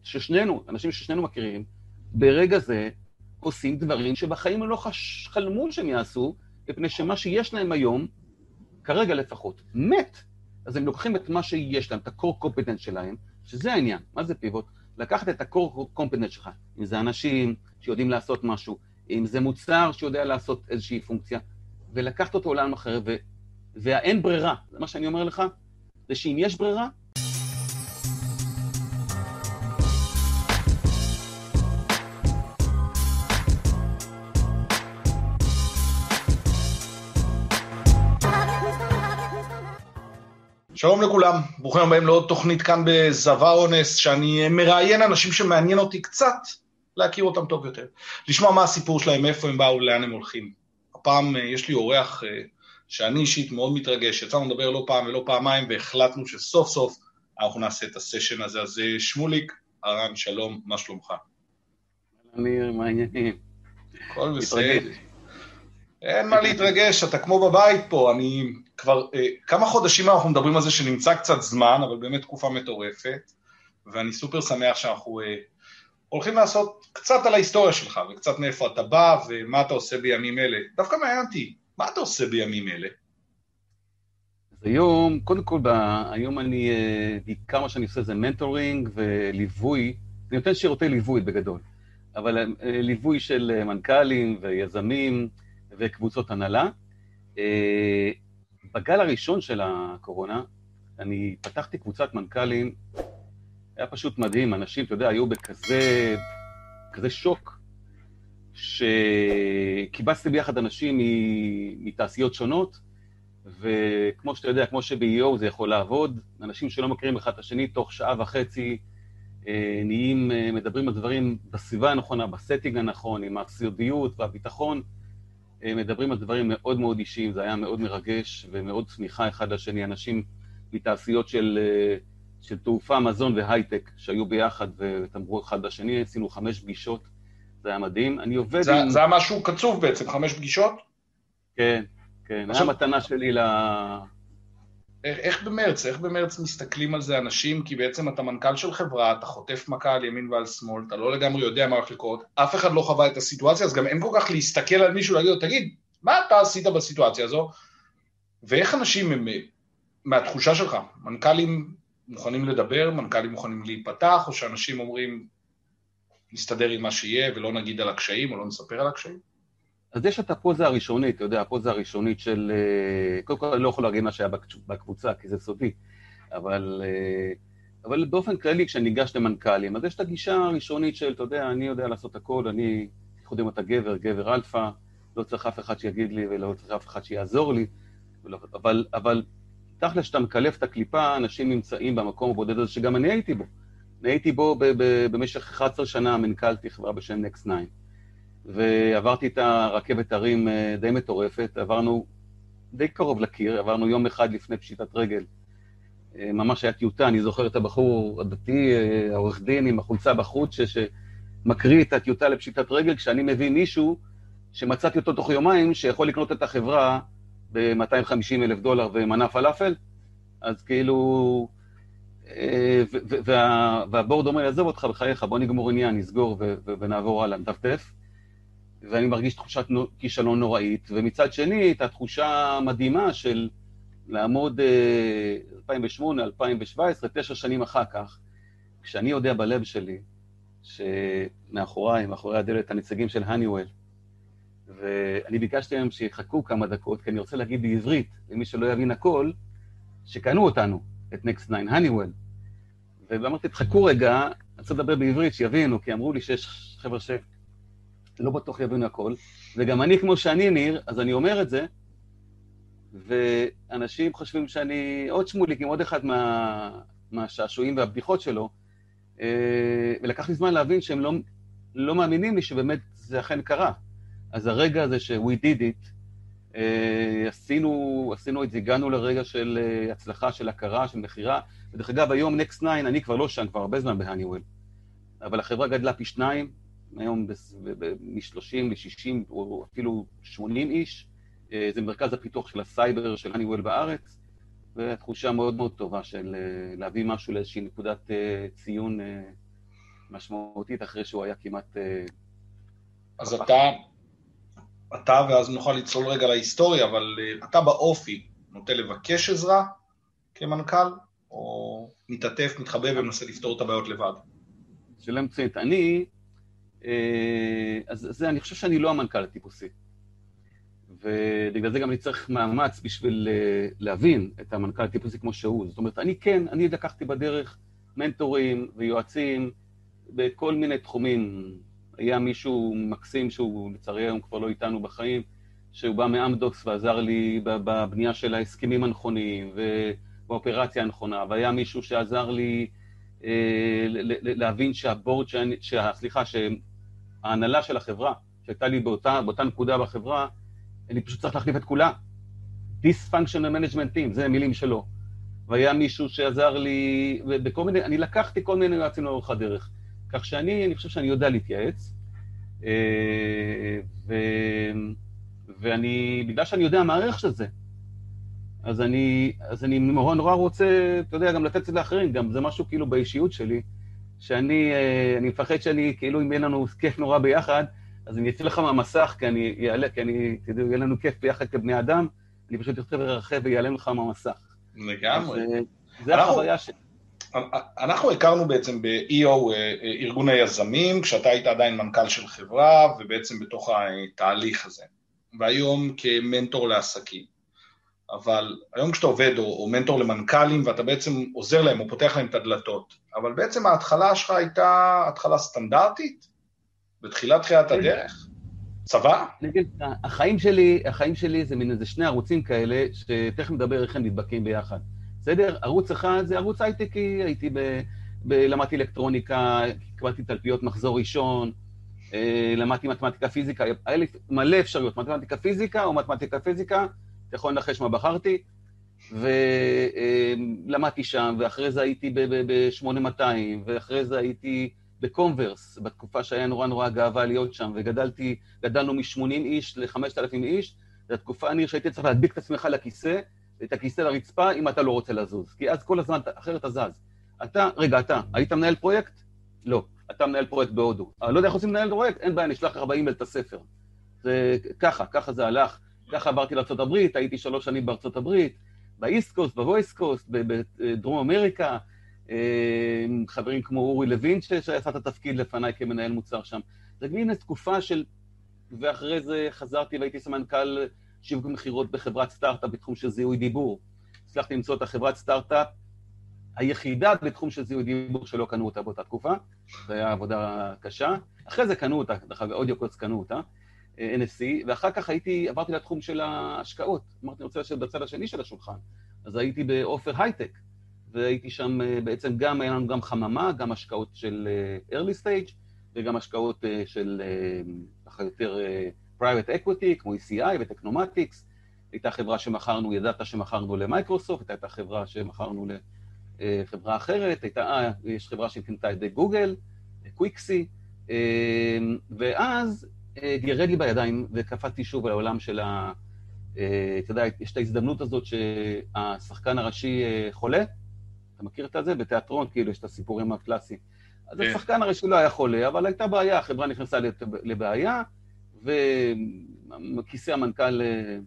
אנשים ששנינו מכירים, ברגע זה עושים דברים שבחיים הם לא חלמו שהם יעשו, מפני שמה שיש להם היום, כרגע לפחות, מת. אז הם לוקחים את מה שיש להם, את ה-core competence שלהם, שזה העניין. מה זה פיבוט? לקחת את ה-core competence שלך, אם זה אנשים שיודעים לעשות משהו, אם זה מוצר שיודע לעשות איזושהי פונקציה, ולקחת אותו לעולם אחר, והאין ברירה, זה מה שאני אומר לך, זה שאם יש ברירה, שלום לכולם, ברוכים הבאים לעוד תוכנית כאן בזוועה אונס, שאני מראיין אנשים שמעניין אותי קצת להכיר אותם טוב יותר, לשמוע מה הסיפור שלהם, מאיפה הם באו, לאן הם הולכים. הפעם יש לי אורח שאני אישית מאוד מתרגש, יצאנו לדבר לא פעם ולא פעמיים, והחלטנו שסוף סוף אנחנו נעשה את הסשן הזה. אז שמוליק, הרן, שלום, מה שלומך? אמיר, מה העניינים? הכל בסדר. אין מה להתרגש, אתה כמו בבית פה, אני כבר כמה חודשים אנחנו מדברים על זה שנמצא קצת זמן, אבל באמת תקופה מטורפת, ואני סופר שמח שאנחנו הולכים לעשות קצת על ההיסטוריה שלך, וקצת מאיפה אתה בא ומה אתה עושה בימים אלה. דווקא מעיינתי, מה אתה עושה בימים אלה? אז היום, קודם כל, היום אני, בעיקר מה שאני עושה זה מנטורינג וליווי, אני נותן שירותי ליווי בגדול, אבל ליווי של מנכ"לים ויזמים, וקבוצות הנהלה. בגל הראשון של הקורונה, אני פתחתי קבוצת מנכ"לים, היה פשוט מדהים, אנשים, אתה יודע, היו בכזה שוק, שקיבצתי ביחד אנשים מתעשיות שונות, וכמו שאתה יודע, כמו שב-EO זה יכול לעבוד, אנשים שלא מכירים אחד את השני, תוך שעה וחצי, מדברים על דברים בסביבה הנכונה, בסטינג הנכון, עם הסודיות והביטחון, מדברים על דברים מאוד מאוד אישיים, זה היה מאוד מרגש ומאוד צמיחה אחד לשני, אנשים מתעשיות של תעופה, מזון והייטק שהיו ביחד ותמרו אחד לשני, עשינו 5 פגישות, זה היה מדהים. אני עובד עם... זה היה משהו קצוב בעצם, 5 פגישות? כן, כן, היה מתנה שלי איך במרץ מסתכלים על זה אנשים? כי בעצם אתה מנכ"ל של חברה, אתה חוטף מכה על ימין ועל שמאל, אתה לא לגמרי יודע מה הולך לקרות, אף אחד לא חווה את הסיטואציה, אז גם אין כל כך להסתכל על מישהו, להגיד לו, תגיד, מה אתה עשית בסיטואציה הזו? ואיך אנשים הם, מהתחושה שלך, מנכ"לים מוכנים לדבר, מנכ"לים מוכנים להיפתח, או שאנשים אומרים, נסתדר עם מה שיהיה, ולא נגיד על הקשיים, או לא נספר על הקשיים? אז יש את הפוזה הראשונית, אתה יודע, הפוזה הראשונית של... קודם כל, אני לא יכול להגיד מה שהיה בקבוצה, כי זה סודי, אבל באופן כללי, כשאני ניגש למנכ"לים, אז יש את הגישה הראשונית של, אתה יודע, אני יודע לעשות הכל, אני קודם את גבר אלפא, לא צריך אף אחד שיגיד לי, ולא צריך אף אחד שיעזור לי, אבל תכל'ס שאתה מקלף את הקליפה, אנשים נמצאים במקום הבודד הזה, שגם אני הייתי בו. אני הייתי בו במשך 11 שנה, מנכ"לתי חברה בשם Next 9. ועברתי את הרכבת הרים די מטורפת, עברנו די קרוב לקיר, עברנו יום אחד לפני פשיטת רגל, ממש היה טיוטה, אני זוכר את הבחור הדתי, העורך דין עם החולצה בחוץ, שמקריא את הטיוטה לפשיטת רגל, כשאני מביא מישהו שמצאתי אותו תוך יומיים, שיכול לקנות את החברה ב$250,000 ומנה פלאפל, אז כאילו, והבורד אומר, עזוב אותך בחייך, בוא נגמור עניין, נסגור ונעבור הלאה, נטפטף. ואני מרגיש תחושת כישלון נוראית, ומצד שני, את התחושה המדהימה של לעמוד 2008, 2017, 9 שנים אחר כך, כשאני יודע בלב שלי, שמאחורי הדלת הנציגים של הניוול, ואני ביקשתי להם שיחכו כמה דקות, כי אני רוצה להגיד בעברית, למי שלא יבין הכל, שקנו אותנו, את Next 9, הניוול. ואמרתי, תחכו רגע, אני רוצה לדבר בעברית, שיבינו, כי אמרו לי שיש חבר'ה לא בטוח יבינו הכל, וגם אני כמו שאני ניר, אז אני אומר את זה, ואנשים חושבים שאני עוד שמוליק עם עוד אחד מהשעשועים והבדיחות שלו, ולקח לי זמן להבין שהם לא מאמינים לי שבאמת זה אכן קרה. אז הרגע הזה ש-we did it, עשינו את זה, הגענו לרגע של הצלחה, של הכרה, של מחירה, ודרך אגב, היום Next 9, אני כבר לא שם, כבר הרבה זמן בהניוול, אבל החברה גדלה פי 2, היום מ-30 ל-60 או אפילו 80 איש, זה מרכז הפיתוח של הסייבר של הניוול בארץ, ותחושה מאוד מאוד טובה של להביא משהו לאיזושהי נקודת ציון משמעותית אחרי שהוא היה כמעט... אז אתה, ואז נוכל לצלול רגע להיסטוריה, אבל אתה באופי נוטה לבקש עזרה כמנכ"ל, או מתעטף, מתחבא ומנסה לפתור את הבעיות לבד? שאלה מצוינת. אני חושב שאני לא המנכ"ל הטיפוסי. ובגלל זה גם אני צריך מאמץ בשביל להבין את המנכ"ל הטיפוסי כמו שהוא. זאת אומרת, אני לקחתי בדרך מנטורים ויועצים בכל מיני תחומים. היה מישהו מקסים שהוא לצערי היום כבר לא איתנו בחיים, שהוא בא מאמדוקס ועזר לי בבנייה של ההסכמים הנכונים ובאופרציה הנכונה, והיה מישהו שעזר לי להבין שההנהלה של החברה, שהייתה לי באותה נקודה בחברה, אני פשוט צריך להחליף את כולה. Dysfunctional Management Team, זה מילים שלו. והיה מישהו שעזר לי, אני לקחתי כל מיני יועצים לאורך הדרך. כך אני חושב שאני יודע להתייעץ, בגלל שאני יודע מה הערך של זה, אז אני נורא רוצה, אתה יודע, גם לתת את זה לאחרים, גם זה משהו כאילו באישיות שלי, שאני מפחד שאני, כאילו אם יהיה לנו כיף נורא ביחד, אז אני אצא לך מהמסך, כי יהיה לנו כיף ביחד כבני אדם, אני פשוט יוצא ורחב ויעלה לך מהמסך. לגמרי. זה החוויה שלי. אנחנו הכרנו בעצם ב-EO, ארגון היזמים, כשאתה היית עדיין מנכ"ל של חברה, ובעצם בתוך התהליך הזה. והיום כמנטור לעסקים. אבל היום כשאתה עובד, או מנטור למנכ"לים, ואתה בעצם עוזר להם, או פותח להם את הדלתות. אבל בעצם ההתחלה שלך הייתה התחלה סטנדרטית, בתחילת הדרך. צבא? החיים שלי זה מין איזה שני ערוצים כאלה, שתכף נדבר איך הם נדבקים ביחד. בסדר? ערוץ אחד זה ערוץ הייטקי, למדתי אלקטרוניקה, קבלתי תלפיות מחזור ראשון, למדתי מתמטיקה פיזיקה, היה לי מלא אפשרויות, מתמטיקה פיזיקה או מתמטיקה פיזיקה, אתה יכול לנחש מה בחרתי, ולמדתי שם, ואחרי זה הייתי ב-8200, ואחרי זה הייתי בקונברס, בתקופה שהיה נורא גאווה להיות שם, וגדלנו מ-80 איש ל-5,000 איש, זו התקופה שהייתי צריך להדביק את עצמך לכיסא, את הכיסא לרצפה, אם אתה לא רוצה לזוז. כי אז כל הזמן, אחרת אתה זז. אתה, היית מנהל פרויקט? לא. אתה מנהל פרויקט בהודו. לא יודע איך עושים מנהל פרויקט? אין בעיה, נשלח לך באימייל את הספר. זה ככה זה הלך. ככה עברתי לארצות הברית, הייתי 3 שנים בארצות הברית, באיסט קוסט, בוויסט קוסט, בדרום אמריקה, חברים כמו אורי לוין, שעשה את התפקיד לפניי כמנהל מוצר שם. זה מין תקופה של... ואחרי זה חזרתי והייתי סמנכ"ל שיווק מכירות בחברת סטארט-אפ בתחום של זיהוי דיבור. הצלחתי למצוא את החברת סטארט-אפ היחידה בתחום של זיהוי דיבור שלא קנו אותה באותה תקופה. זו הייתה עבודה קשה. אחרי זה קנו אותה, דרך אגב, אודיוקודס קנו אותה, NSC, ואחר כך עברתי לתחום של ההשקעות. אמרתי, אני רוצה לשבת בצד השני של השולחן. אז הייתי באופר הייטק, והייתי שם בעצם גם, היה לנו גם חממה, גם השקעות של early stage, וגם השקעות של יותר private equity, כמו ECI וטכנומטיקס. הייתה חברה שמכרנו, ידעת שמכרנו למייקרוסופט, הייתה חברה שמכרנו לחברה אחרת, יש חברה שקנתה את גוגל, קוויקסי, ואז ירד לי בידיים וקפצתי שוב על העולם של אתה יודע, יש את ההזדמנות הזאת שהשחקן הראשי חולה, אתה מכיר את זה? בתיאטרון, כאילו, יש את הסיפורים הקלאסיים. אז השחקן הראשי לא היה חולה, אבל הייתה בעיה, החברה נכנסה לבעיה, וכיסא המנכ"ל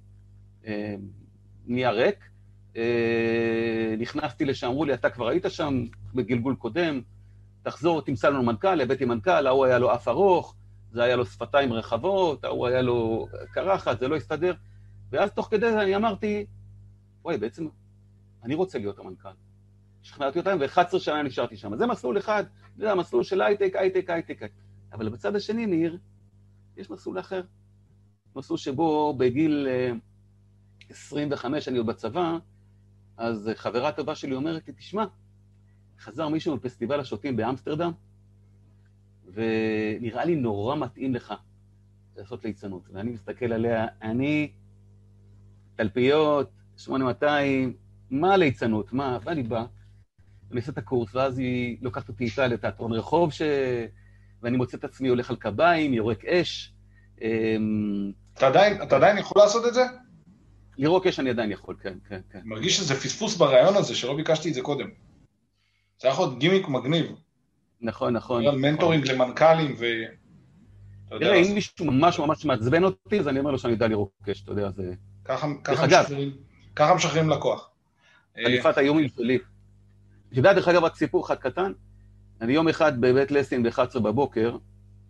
נהיה ריק. נכנסתי לשם, אמרו לי, אתה כבר היית שם בגלגול קודם, תחזור, תמצא לנו מנכ"ל, הבאתי מנכ"ל, ההוא היה לו אף ארוך, זה היה לו שפתיים רחבות, ההוא היה לו קרחת, זה לא הסתדר. ואז תוך כדי זה אני אמרתי, וואי, בעצם אני רוצה להיות המנכ"ל. שכנעתי אותם, ו11 שנה נשארתי שם. אז זה מסלול אחד, זה המסלול של הייטק. אבל בצד השני, ניר, יש מסלול אחר. מסלול שבו בגיל 25 אני עוד בצבא, אז חברה טובה שלי אומרת לי, תשמע, חזר מישהו מפסטיבל השוטים באמסטרדם, ונראה לי נורא מתאים לך לעשות ליצנות. ואני מסתכל עליה, אני, תלפיות, 8200, מה ליצנות? מה? ואני בא, אני עושה את הקורס, ואז היא לוקחת אותי איתה לתיאטרון רחוב, ואני מוצא את עצמי הולך על קביים, יורק אש. אתה עדיין יכול לעשות את זה? לירוק אש אני עדיין יכול, כן. מרגיש שזה פספוס ברעיון הזה, שלא ביקשתי את זה קודם. זה יכול להיות גימיק מגניב. נכון, נכון. מנטורינג למנכ"לים ו... תראה, אם מישהו ממש ממש מעצבן אותי, אז אני אומר לו שאני יודע לרוקש, אתה יודע, זה... ככה משחררים לקוח. חליפת האיומים שלי. אתה יודע, דרך אגב, רק סיפור אחד קטן, אני יום אחד בבית לסין ב-11 בבוקר,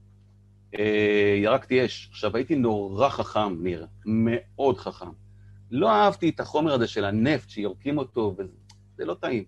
ירקתי אש. עכשיו, הייתי נורא חכם, ניר, מאוד חכם. לא אהבתי את החומר הזה של הנפט, שיורקים אותו, וזה לא טעים.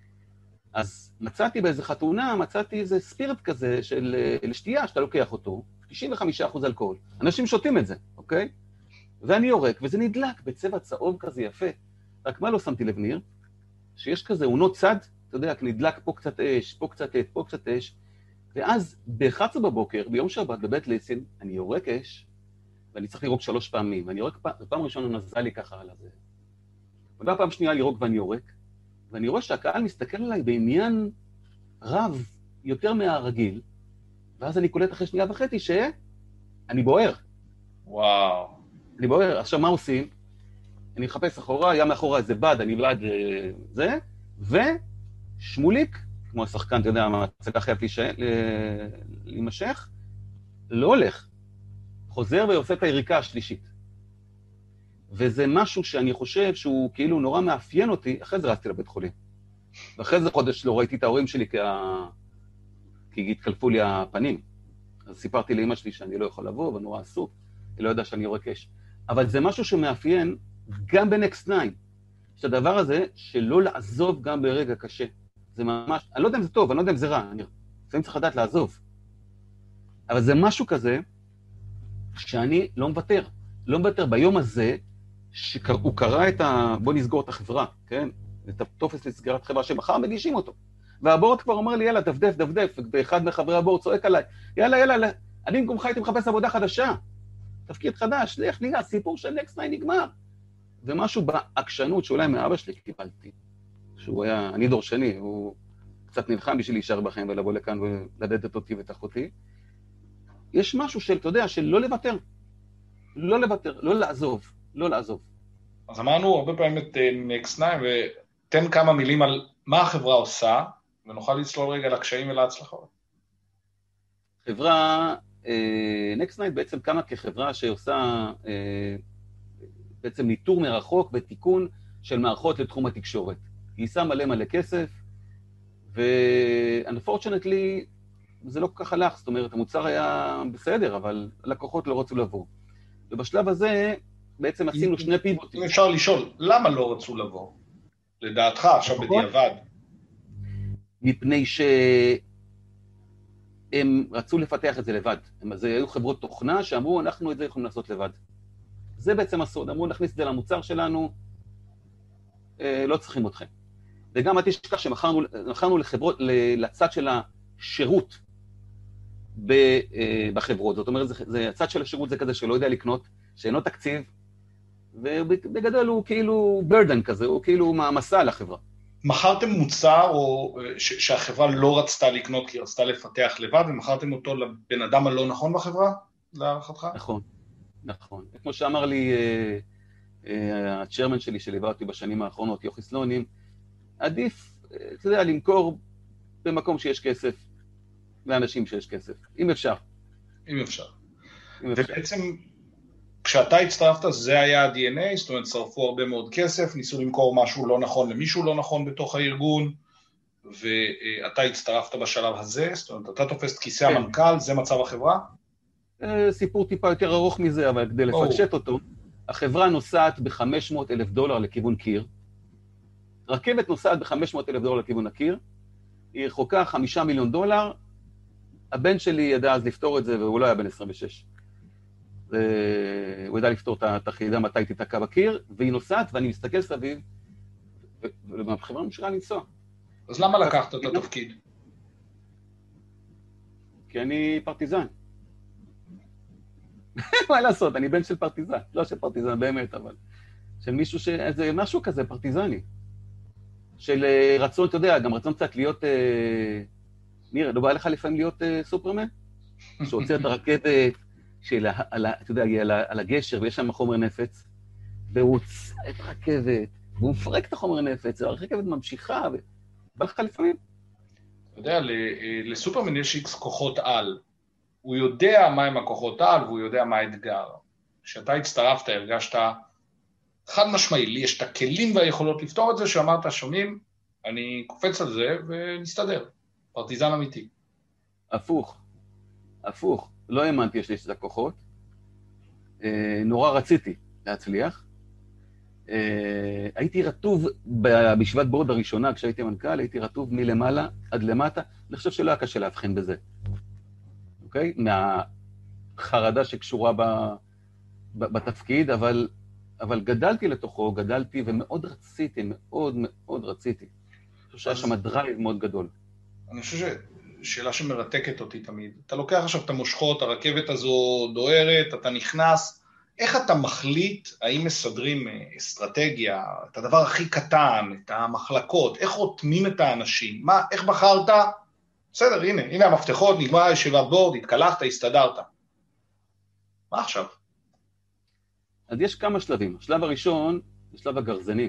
אז מצאתי באיזה חתונה, מצאתי איזה ספירט כזה של לשתייה, שאתה לוקח אותו, 95% אלכוהול. אנשים שותים את זה, אוקיי? ואני יורק, וזה נדלק בצבע צהוב כזה יפה. רק מה לא שמתי לב, ניר? שיש כזה אונות צד, אתה יודע, נדלק פה קצת אש, פה קצת אש, פה קצת אש, ואז ב-11 בבוקר, ביום שבת, בבית ליסין, אני יורק אש, ואני צריך לירוק 3 פעמים, ואני יורק פעם ראשונה נזל לי ככה על הזה. ובפעם שנייה לירוק ואני יורק, ואני רואה שהקהל מסתכל עליי בעניין רב יותר מהרגיל, ואז אני קולט אחרי 1.5 שנייה שאני בוער. וואו. אני בוער. עכשיו מה עושים? אני מחפש אחורה, היה מאחורה איזה בד, אני בד זה, ושמוליק, כמו השחקן, אתה יודע, המצגה חייב להימשך, לא הולך. חוזר ועושה את היריקה השלישית. וזה משהו שאני חושב שהוא כאילו נורא מאפיין אותי, אחרי זה רצתי לבית חולים. ואחרי זה חודש לא ראיתי את ההורים שלי כי התקלפו לי הפנים. אז סיפרתי לאמא שלי שאני לא יכול לבוא, ונורא עסוק, היא לא יודע שאני יורק אש. אבל זה משהו שמאפיין גם ב-Next 9, שהדבר הזה שלא לעזוב גם ברגע קשה. זה ממש, אני לא יודע אם זה טוב, אני לא יודע אם זה רע, אני לפעמים צריך לדעת לעזוב. אבל זה משהו כזה שאני לא מוותר. לא מוותר ביום הזה, שהוא קרא את בוא נסגור את החברה, כן? את הטופס לסגירת חברה שמחר מגישים אותו. והבורד כבר אומר לי, יאללה, דפדף, דפדף, ואחד מחברי הבורד צועק עליי, יאללה, יאללה, אני במקומך הייתי מחפש עבודה חדשה. תפקיד חדש, לך נראה, הסיפור של Next 9 נגמר. ומשהו בעקשנות שאולי מאבא שלי קיבלתי, שהוא היה, אני דור שני, הוא קצת נלחם בשביל להישאר בחיים ולבוא לכאן ולדדת אותי ואת אחותי. יש משהו של, אתה יודע, של לא לוותר. לא לוותר, לא לעזוב, לא לעזוב. אז אמרנו הרבה פעמים את Next 9, ותן כמה מילים על מה החברה עושה, ונוכל לצלול רגע לקשיים ולהצלחות. חברה, Next 9 בעצם קמה כחברה שעושה בעצם ניטור מרחוק ותיקון של מערכות לתחום התקשורת. היא עושה מלא מלא כסף, ו-unfortunately זה לא כל כך הלך, זאת אומרת, המוצר היה בסדר, אבל הלקוחות לא רצו לבוא. ובשלב הזה בעצם עשינו 2 פיבוטים. אם אפשר לשאול, למה לא רצו לבוא? לדעתך, עכשיו בדיעבד. מפני שהם רצו לפתח את זה לבד. אז היו חברות תוכנה שאמרו, אנחנו את זה יכולים לעשות לבד. זה בעצם הסוד. אמרו, נכניס את זה למוצר שלנו, לא צריכים אתכם. וגם אל תשכח שמכרנו לחברות, לצד של השירות בחברות. זאת אומרת, הצד של השירות זה כזה שלא יודע לקנות, שאינו תקציב, ובגדול הוא כאילו burden כזה, הוא כאילו מעמסה לחברה. מכרתם מוצר או שהחברה לא רצתה לקנות כי רצתה לפתח לבד, ומכרתם אותו לבן אדם הלא נכון בחברה, להערכתך? נכון, נכון. כמו שאמר לי הצ'רמן שלי שליווה אותי בשנים האחרונות, יוכי סלונים, עדיף, אתה יודע, למכור במקום שיש כסף, לאנשים שיש כסף, אם אפשר. אם אפשר. ובעצם, כשאתה הצטרפת, זה היה ה-DNA, זאת אומרת, צרפו הרבה מאוד כסף, ניסו למכור משהו לא נכון למישהו לא נכון בתוך הארגון, ואתה הצטרפת בשלב הזה, זאת אומרת, אתה תופס את כיסא המנכ"ל, זה מצב החברה? סיפור טיפה יותר ארוך מזה, אבל כדי לפשט אותו, החברה נוסעת $500,000 לכיוון קיר, רכבת נוסעת $500,000 לכיוון הקיר, היא רחוקה $5 מיליון, הבן שלי ידע אז לפתור את זה, והוא לא היה בן 26. הוא ידע לפתור את החידה מתי היא תתקע בקיר, והיא נוסעת, ואני מסתכל סביב, והחברה ממשיכה לנסוע. אז למה לקחת את התפקיד? כי אני פרטיזן. מה לעשות, אני בן של פרטיזן. לא של פרטיזן באמת, אבל של מישהו זה משהו כזה פרטיזני. של רצון, אתה יודע, גם רצון קצת להיות... נראה, לא בא לך לפעמים להיות סופרמן? שעוצר את הרכבת, אתה יודע, על הגשר, ויש שם חומר נפץ, והוא עוצר את הרכבת, והוא מפרק את החומר נפץ, והרכבת ממשיכה, בא לך לפעמים? אתה יודע, לסופרמן יש איקס כוחות על. הוא יודע מהם הכוחות על, והוא יודע מה האתגר. כשאתה הצטרפת, הרגשת חד משמעי, לי יש את הכלים והיכולות לפתור את זה, שאמרת, שומעים, אני קופץ על זה ונסתדר. פרטיזן אמיתי. הפוך. לא האמנתי יש לי את הכוחות. נורא רציתי להצליח. הייתי רטוב בישיבת בורד הראשונה, כשהייתי מנכ"ל, הייתי רטוב מלמעלה עד למטה. אני חושב שלא היה קשה להבחין בזה. אוקיי? מהחרדה שקשורה בתפקיד, אבל גדלתי לתוכו, ומאוד רציתי, מאוד מאוד רציתי. אני חושב שהיה שם דרייב מאוד גדול. אני חושב שאלה שמרתקת אותי תמיד. אתה לוקח עכשיו את המושכות, הרכבת הזו דוהרת, אתה נכנס, איך אתה מחליט, האם מסדרים אסטרטגיה, את הדבר הכי קטן, את המחלקות, איך רותמים את האנשים, איך בחרת? בסדר, הנה המפתחות, נגמר ישיבת בורד, התקלחת, הסתדרת. מה עכשיו? אז יש כמה שלבים. השלב הראשון זה שלב הגרזנים.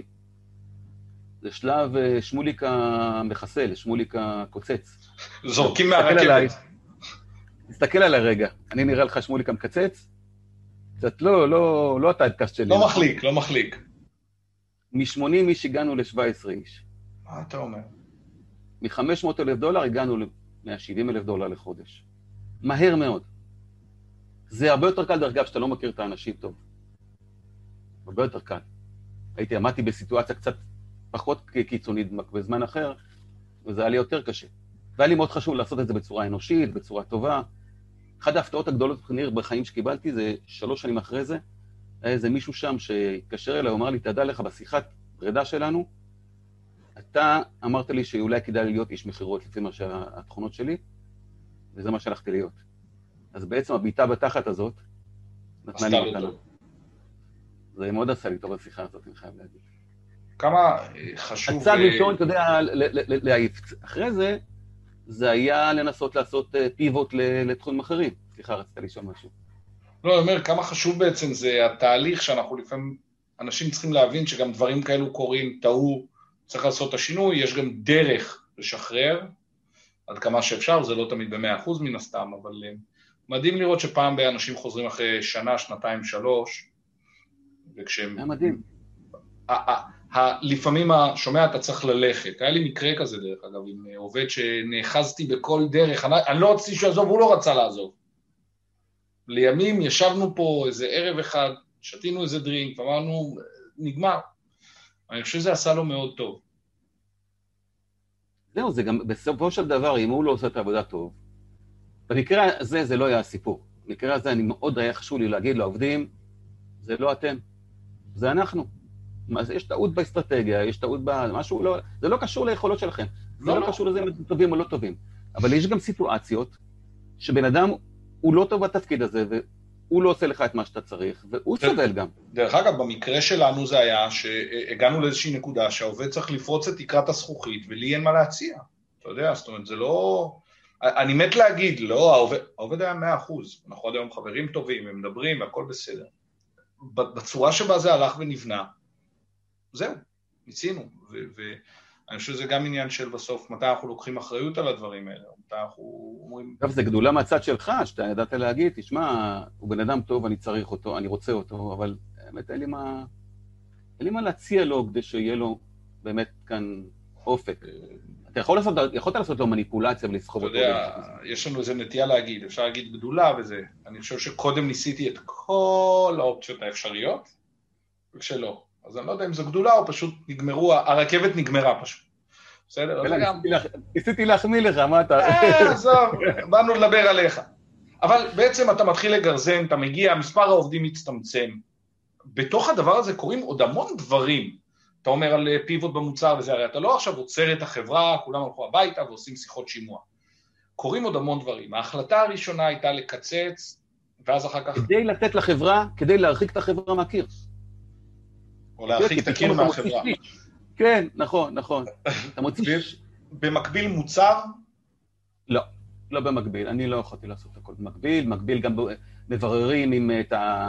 זה שלב שמוליק המחסל, שמוליק הקוצץ. זורקים מהרכבת. תסתכל עליי רגע. אני נראה לך שמוליק המקצץ? קצת לא הטייפקאסט שלי. לא מחליק. מ-80 איש הגענו ל-17 איש. מה אתה אומר? מ-$500,000 הגענו ל-$170,000 לחודש. מהר מאוד. זה הרבה יותר קל, דרך אגב, שאתה לא מכיר את האנשים טוב. הרבה יותר קל. עמדתי בסיטואציה קצת פחות קיצונית בזמן אחר, וזה היה לי יותר קשה. והיה לי מאוד חשוב לעשות את זה בצורה אנושית, בצורה טובה. אחת ההפתעות הגדולות בחיים שקיבלתי, זה 3 שנים אחרי זה, היה איזה מישהו שם שהתקשר אליי, הוא אמר לי, תדע לך, בשיחת פרידה שלנו, אתה אמרת לי שאולי כדאי להיות איש מחירות לפי מה שהתכונות שלי, וזה מה שהלכתי להיות. אז בעצם הביטה בתחת הזאת, נתנה לי מתנה. זה מאוד עשה לי טוב בשיחה הזאת, אני חייב להגיד. כמה חשוב... הצד ראשון, אתה יודע, להעיף. אחרי זה, זה היה לנסות לעשות פיבוט לתחומים אחרים. סליחה, רצית לשאול משהו. לא, אני אומר, כמה חשוב בעצם זה התהליך שאנחנו לפעמים, אנשים צריכים להבין שגם דברים כאלו קורים, טעו, צריך לעשות את השינוי, יש גם דרך לשחרר, עד כמה שאפשר, זה לא תמיד ב100% מן הסתם, אבל מדהים לראות שפעם באנשים חוזרים אחרי שנה, שנתיים, 3, וכשהם... היה מדהים. לפעמים שומע, אתה צריך ללכת. היה לי מקרה כזה, דרך אגב, עם עובד שנאחזתי בכל דרך, אני לא רציתי שיעזוב, הוא לא רצה לעזוב. לימים ישבנו פה איזה ערב אחד, שתינו איזה דרינק, ואמרנו, נגמר. אני חושב שזה עשה לו מאוד טוב. זהו, זה גם בסופו של דבר, אם הוא לא עושה את העבודה טוב, במקרה הזה זה לא היה הסיפור. במקרה הזה אני מאוד היה חשוב לי להגיד לעובדים, זה לא אתם, זה אנחנו. יש טעות באסטרטגיה, יש טעות במשהו, זה לא קשור ליכולות שלכם. זה לא קשור לזה אם אתם טובים או לא טובים. אבל יש גם סיטואציות שבן אדם הוא לא טוב בתפקיד הזה, והוא לא עושה לך את מה שאתה צריך, והוא סובל גם. דרך אגב, במקרה שלנו זה היה שהגענו לאיזושהי נקודה שהעובד צריך לפרוץ את תקרת הזכוכית, ולי אין מה להציע. אתה יודע, זאת אומרת, זה לא... אני מת להגיד, לא, העובד היה 100%. אנחנו עד היום חברים טובים, הם מדברים, והכל בסדר. בצורה שבה זה הלך ונבנה, זהו, ניסינו, ואני חושב שזה גם עניין של בסוף, מתי אנחנו לוקחים אחריות על הדברים האלה, מתי אנחנו אומרים... טוב, זה גדולה מהצד שלך, שאתה ידעת להגיד, תשמע, הוא בן אדם טוב, אני צריך אותו, אני רוצה אותו, אבל באמת אין לי מה להציע לו, כדי שיהיה לו באמת כאן אופק. אתה יכולת לעשות לו מניפולציה ולסחוב אותו. אתה יודע, יש לנו איזה נטייה להגיד, אפשר להגיד גדולה וזה, אני חושב שקודם ניסיתי את כל האופציות האפשריות, וכשלא. אז אני לא יודע אם זו גדולה או פשוט נגמרו, הרכבת נגמרה פשוט. בסדר? ניסיתי להחמיא לך, מה אתה... עזוב, באנו לדבר עליך. אבל בעצם אתה מתחיל לגרזן, אתה מגיע, מספר העובדים מצטמצם. בתוך הדבר הזה קורים עוד המון דברים. אתה אומר על פיבוט במוצר וזה, הרי אתה לא עכשיו עוצר את החברה, כולם הלכו הביתה ועושים שיחות שימוע. קורים עוד המון דברים. ההחלטה הראשונה הייתה לקצץ, ואז אחר כך... כדי לתת לחברה, כדי להרחיק את החברה מהקיר. או להרחיק את הקיר מהחברה. כן, נכון. אתה מוציא... במקביל מוצר? לא במקביל. אני לא יכולתי לעשות הכל במקביל. מקביל גם מבררים עם את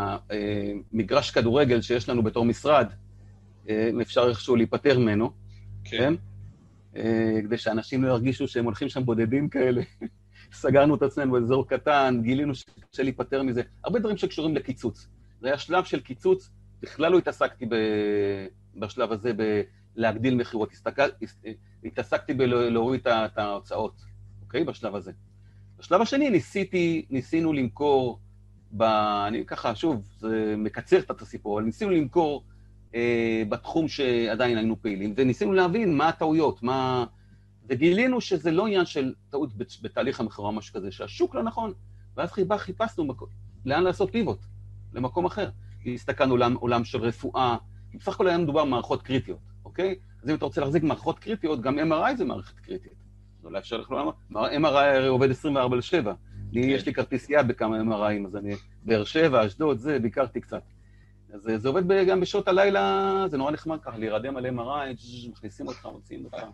המגרש כדורגל שיש לנו בתור משרד, אם אפשר איכשהו להיפטר ממנו. כן. כדי שאנשים לא ירגישו שהם הולכים שם בודדים כאלה. סגרנו את עצמנו באזור קטן, גילינו שקשה להיפטר מזה. הרבה דברים שקשורים לקיצוץ. זה היה שלב של קיצוץ, בכלל לא התעסקתי בשלב הזה להגדיל מחירות, התעסקתי בלהוריד את ההוצאות, אוקיי? בשלב הזה. בשלב השני ניסינו למכור, אני ככה, שוב, זה מקצר את הסיפור, אבל ניסינו למכור בתחום שעדיין היינו פעילים, וניסינו להבין מה הטעויות, וגילינו שזה לא עניין של טעות בתהליך המחירה, משהו כזה, שהשוק לא נכון, ואז חיפשנו לאן לעשות פיבוט, למקום אחר. הסתכלנו עולם של רפואה, בסך הכל היה מדובר במערכות קריטיות, אוקיי? אז אם אתה רוצה להחזיק מערכות קריטיות, גם MRI זה מערכת קריטית. אז אולי אפשר לכלול, MRI עובד 24/7. יש לי כרטיסייה בכמה MRI'ים, אז אני באר שבע, אשדוד, ביקרתי קצת. אז זה עובד גם בשעות הלילה, זה נורא נחמד ככה, להירדם על MRI, מכניסים אותך, מוציאים אותך.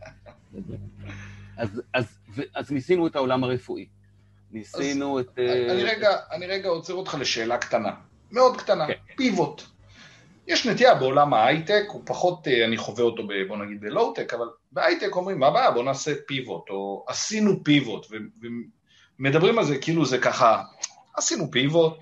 אז ניסינו את העולם הרפואי. ניסינו את... אני רגע עוצר אותך לשאלה קטנה, מאוד קטנה, פיבוט. יש נטייה בעולם ההייטק, הוא פחות, אני חווה אותו בוא נגיד בלואו-טק, אבל בהייטק אומרים, מה הבעיה, בוא נעשה פיבוט, או עשינו פיבוט, ומדברים על זה כאילו זה ככה, עשינו פיבוט,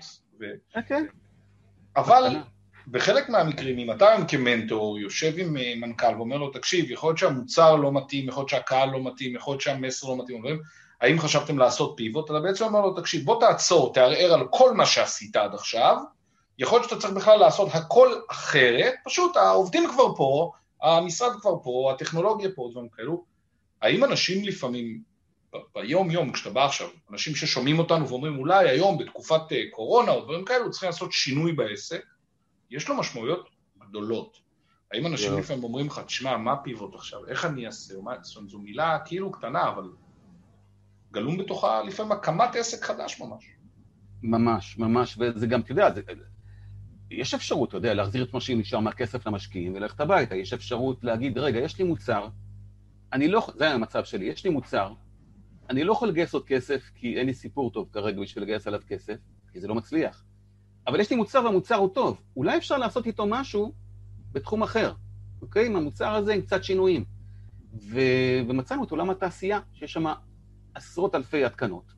אבל בחלק מהמקרים, אם אתה כמנטור יושב עם מנכ"ל ואומר לו, תקשיב, יכול להיות שהמוצר לא מתאים, יכול להיות שהקהל לא מתאים, יכול להיות שהמסר לא מתאים, האם חשבתם לעשות פיבוט? אתה בעצם אומר לו, תקשיב, בוא תעצור, תערער על כל מה שעשית עד עכשיו, יכול להיות שאתה צריך בכלל לעשות הכל אחרת, פשוט העובדים כבר פה, המשרד כבר פה, הטכנולוגיה פה, דברים כאלו. האם אנשים לפעמים, ביום-יום, כשאתה בא עכשיו, אנשים ששומעים אותנו ואומרים, אולי היום בתקופת קורונה או דברים כאלו, צריכים לעשות שינוי בעסק, יש לו משמעויות גדולות. האם אנשים לפעמים אומרים לך, תשמע, מה פיבוט עכשיו? איך אני אעשה? זו מילה כאילו קטנה, אבל גלום בתוכה לפעמים הקמת עסק חדש ממש. ממש, וזה גם, אתה יודע, יש אפשרות, אתה יודע, להחזיר את מה שנשאר מהכסף למשקיעים וללכת הביתה. יש אפשרות להגיד, רגע, יש לי מוצר, זה המצב שלי, יש לי מוצר, אני לא יכול לגייס עוד כסף, כי אין לי סיפור טוב כרגע בשביל לגייס עליו כסף, כי זה לא מצליח. אבל יש לי מוצר והמוצר הוא טוב. אולי אפשר לעשות איתו משהו בתחום אחר, אוקיי? עם המוצר הזה עם קצת שינויים. ומצאנו את עולם התעשייה, שיש שם עשרות אלפי התקנות.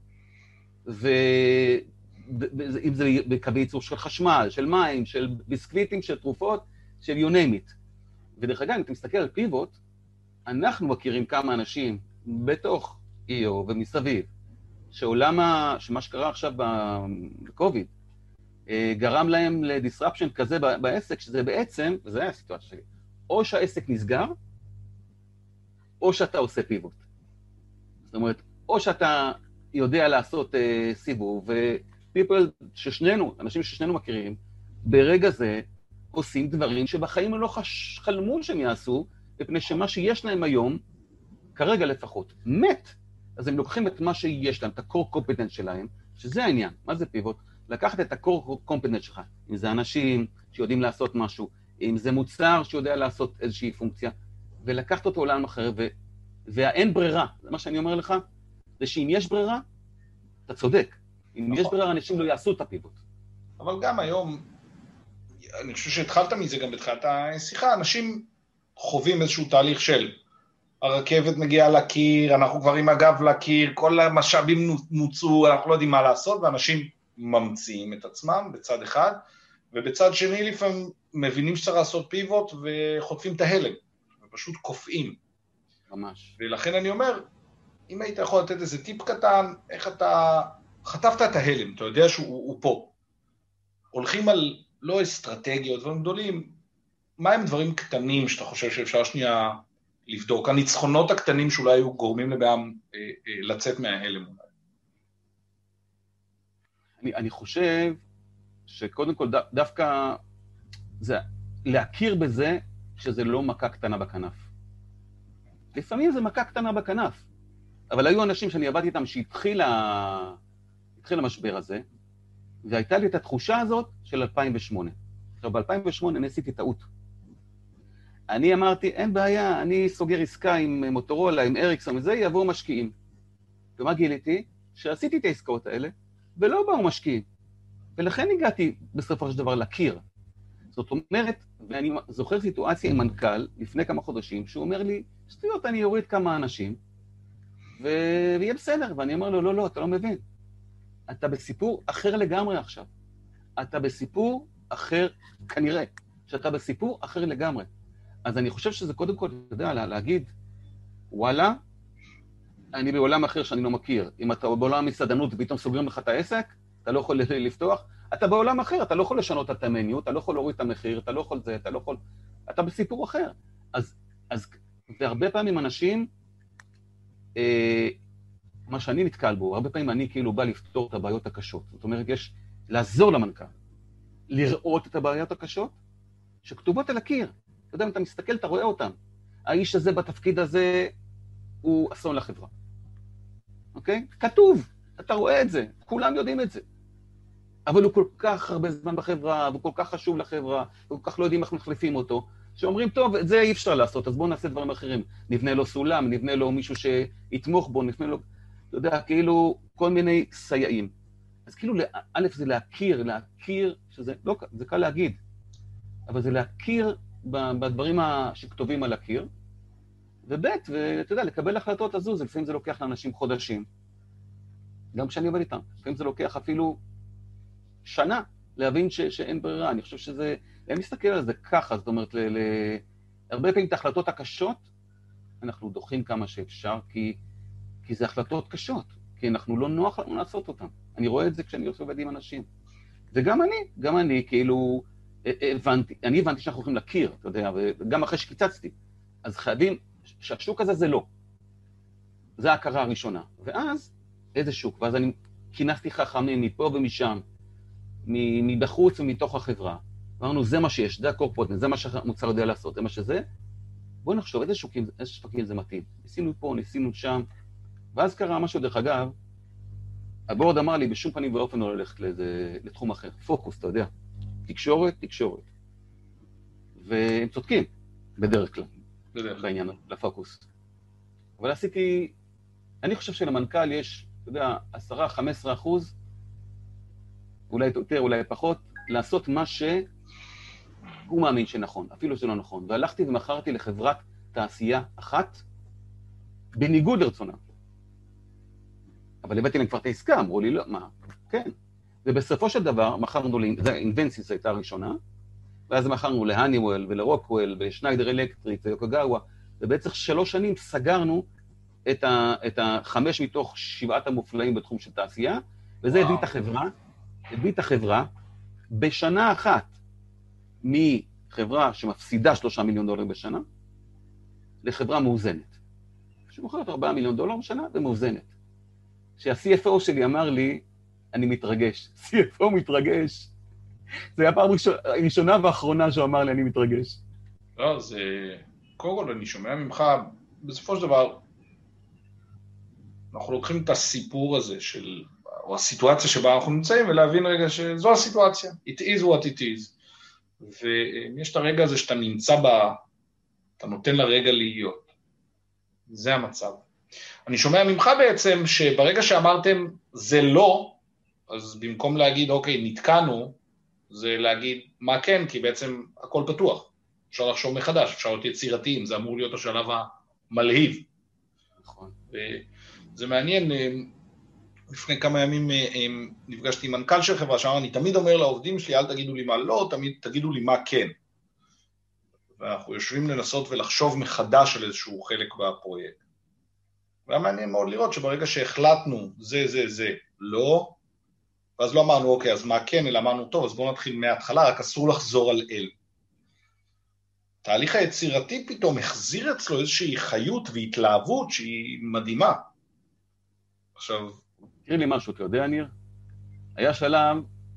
אם זה בקווי ייצור של חשמל, של מים, של ביסקוויטים, של תרופות, של you name it. ודרך אגב, אם אתה מסתכל על פיבוט, אנחנו מכירים כמה אנשים בתוך EO ומסביב, שמה שקרה עכשיו בקוביד, גרם להם לדיסרפשן כזה בעסק, שזה בעצם, וזה היה הסיטואציה שלי, או שהעסק נסגר, או שאתה עושה פיבוט. זאת אומרת, או שאתה יודע לעשות סיבוב, אנשים ששנינו מכירים, ברגע זה עושים דברים שבחיים לא חלמו שהם יעשו, מפני שמה שיש להם היום, כרגע לפחות, מת. אז הם לוקחים את מה שיש להם, את ה-core competence שלהם, שזה העניין. מה זה פיבוט? לקחת את ה-core competence שלך, אם זה אנשים שיודעים לעשות משהו, אם זה מוצר שיודע לעשות איזושהי פונקציה, ולקחת אותו לעולם אחר, והאין ברירה, זה מה שאני אומר לך, זה שאם יש ברירה, אתה צודק. אם יש ברירה, אנשים לא יעשו את הפיבוט. אבל גם היום, אני חושב שהתחלת מזה גם בתחילת השיחה, אנשים חווים איזשהו תהליך של הרכבת מגיעה לקיר, אנחנו כבר עם הגב לקיר, כל המשאבים מוצאו, אנחנו לא יודעים מה לעשות, ואנשים ממציאים את עצמם בצד אחד, ובצד שני לפעמים מבינים שצריך לעשות פיבוט וחוטפים את ההלם, ופשוט קופאים. ממש. ולכן אני אומר, אם היית יכול לתת איזה טיפ קטן, איך אתה חטפת את ההלם, אתה יודע שהוא פה. הולכים על לא אסטרטגיות, דברים גדולים, מה הם דברים קטנים שאתה חושב שאפשר שנייה לבדוק? הניצחונות הקטנים שאולי היו גורמים לבעם לצאת מההלם אולי. אני חושב שקודם כל דווקא זה להכיר בזה שזה לא מכה קטנה בכנף. לפעמים זה מכה קטנה בכנף, אבל היו אנשים שאני עבדתי איתם שהתחיל המשבר הזה, והייתה לי את התחושה הזאת של 2008. עכשיו, ב-2008 אני עשיתי טעות. אני אמרתי, אין בעיה, אני סוגר עסקה עם מוטורולה, עם אריקסון, וזה יבואו משקיעים. ומה גיליתי? שעשיתי את העסקאות האלה, ולא באו משקיעים. ולכן הגעתי בסופו של דבר לקיר. זאת אומרת, ואני זוכר סיטואציה עם מנכ"ל לפני כמה חודשים, שהוא אומר לי, שטויות, אני אוריד כמה אנשים, ויהיה בסדר. ואני אומר לו, לא, לא, אתה לא מבין. אתה בסיפור אחר לגמרי עכשיו. אתה בסיפור אחר, כנראה, שאתה בסיפור אחר לגמרי. אז אני חושב שזה קודם כל, אתה יודע, להגיד, וואלה, אני בעולם אחר שאני לא מכיר. אם אתה בעולם מסעדנות ופתאום סוגרים לך את העסק, אתה לא יכול לפתוח, אתה בעולם אחר, אתה לא יכול לשנות את המניו, אתה לא יכול להוריד את המחיר, אתה לא יכול זה, אתה לא יכול... אתה בסיפור אחר. אז והרבה פעמים אנשים, מה שאני נתקל בו, הרבה פעמים אני כאילו בא לפתור את הבעיות הקשות. זאת אומרת, יש לעזור למנכ"ל, לראות את הבעיות הקשות, שכתובות על הקיר. אתה יודע, אם אתה מסתכל, אתה רואה אותם. האיש הזה בתפקיד הזה הוא אסון לחברה. אוקיי? כתוב, אתה רואה את זה, כולם יודעים את זה. אבל הוא כל כך הרבה זמן בחברה, והוא כל כך חשוב לחברה, וכל כך לא יודעים איך מחליפים אותו, שאומרים, טוב, את זה אי אפשר לעשות, אז בואו נעשה דברים אחרים. נבנה לו סולם, נבנה לו מישהו שיתמוך בו, נבנה לו, אתה יודע, כאילו, כל מיני סייעים. אז כאילו, א', זה להכיר, שזה לא, זה קל להגיד, אבל זה להכיר בדברים שכתובים על הקיר, וב', ואתה יודע, לקבל החלטות הזו, לפעמים זה לוקח לאנשים חודשים. גם כשאני עובד איתם, לפעמים זה לוקח אפילו שנה להבין שאין ברירה. אני חושב שזה, אני מסתכל על זה ככה, זאת אומרת, הרבה פעמים את ההחלטות הקשות, אנחנו דוחים כמה שאפשר, כי זה החלטות קשות, כי אנחנו לא נוח לנו לעשות אותן. אני רואה את זה כשאני עובד עם אנשים. וגם אני כאילו, הבנתי שאנחנו הולכים להכיר, אתה יודע, וגם אחרי שקיצצתי. אז חייבים שהשוק הזה זה לא. זה ההכרה הראשונה. ואז, איזה שוק? ואז אני כינסתי חכמים מפה ומשם, מבחוץ ומתוך החברה. אמרנו, זה מה שיש, זה הקורפורט, זה מה שהמוצר יודע לעשות, זה מה שזה. בואו נחשוב, איזה שווקים זה מתאים. ניסינו פה, ניסינו שם. ואז קרה משהו, דרך אגב, הבורד אמר לי, בשום פנים ואופן לא ללכת לתחום אחר. פוקוס, אתה יודע. תקשורת. והם צודקים, בדרך כלל. בעניין, לפוקוס. אבל אני חושב שלמנכ"ל יש, אתה יודע, 10-15%, אולי יותר, אולי פחות, לעשות מה שהוא מאמין שנכון, אפילו שלא נכון. והלכתי ומכרתי לחברת תעשייה אחת, בניגוד לרצונה. אבל הבאתי להם כבר את העסקה, אמרו לי, לא, מה? כן. ובסופו של דבר, מכרנו, אינבנסיס הייתה הראשונה, ואז מכרנו להניוול ולרוקוול ולשניידר אלקטריק ויוקוגאווה, ובעצם 3 שנים סגרנו את 5 מתוך 7 המופלאים בתחום של תעשייה, וזה הביא את החברה בשנה אחת מחברה שמפסידה $3 מיליון בשנה, לחברה מאוזנת. שמוכרת $4 מיליון בשנה ומאוזנת. שה-CFO שלי אמר לי, אני מתרגש. CFO מתרגש. זה היה פעם ראשונה ואחרונה שהוא אמר לי, אני מתרגש. לא, זה... קודם כל, אני שומע ממך, בסופו של דבר, אנחנו לוקחים את הסיפור הזה של, או הסיטואציה שבה אנחנו נמצאים, ולהבין רגע שזו הסיטואציה. It is what it is. ויש את הרגע הזה שאתה נמצא בה, אתה נותן לרגע להיות. זה המצב. אני שומע ממך בעצם שברגע שאמרתם זה לא, אז במקום להגיד אוקיי, נתקענו, זה להגיד מה כן, כי בעצם הכל פתוח. אפשר לחשוב מחדש, אפשר להיות יצירתיים, זה אמור להיות השלב המלהיב. נכון. זה מעניין, לפני כמה ימים נפגשתי עם מנכ"ל של חברה, שאמר, אני תמיד אומר לעובדים שלי, אל תגידו לי מה לא, תמיד תגידו לי מה כן. ואנחנו יושבים לנסות ולחשוב מחדש על איזשהו חלק בפרויקט. והיה מעניין מאוד לראות שברגע שהחלטנו זה, לא, ואז לא אמרנו, אוקיי, אז מה כן, אלא אמרנו, טוב, אז בואו נתחיל מההתחלה, רק אסור לחזור על אל. תהליך היצירתי פתאום החזיר אצלו איזושהי חיות והתלהבות שהיא מדהימה. עכשיו... תראי לי משהו, אתה יודע, ניר? היה שלב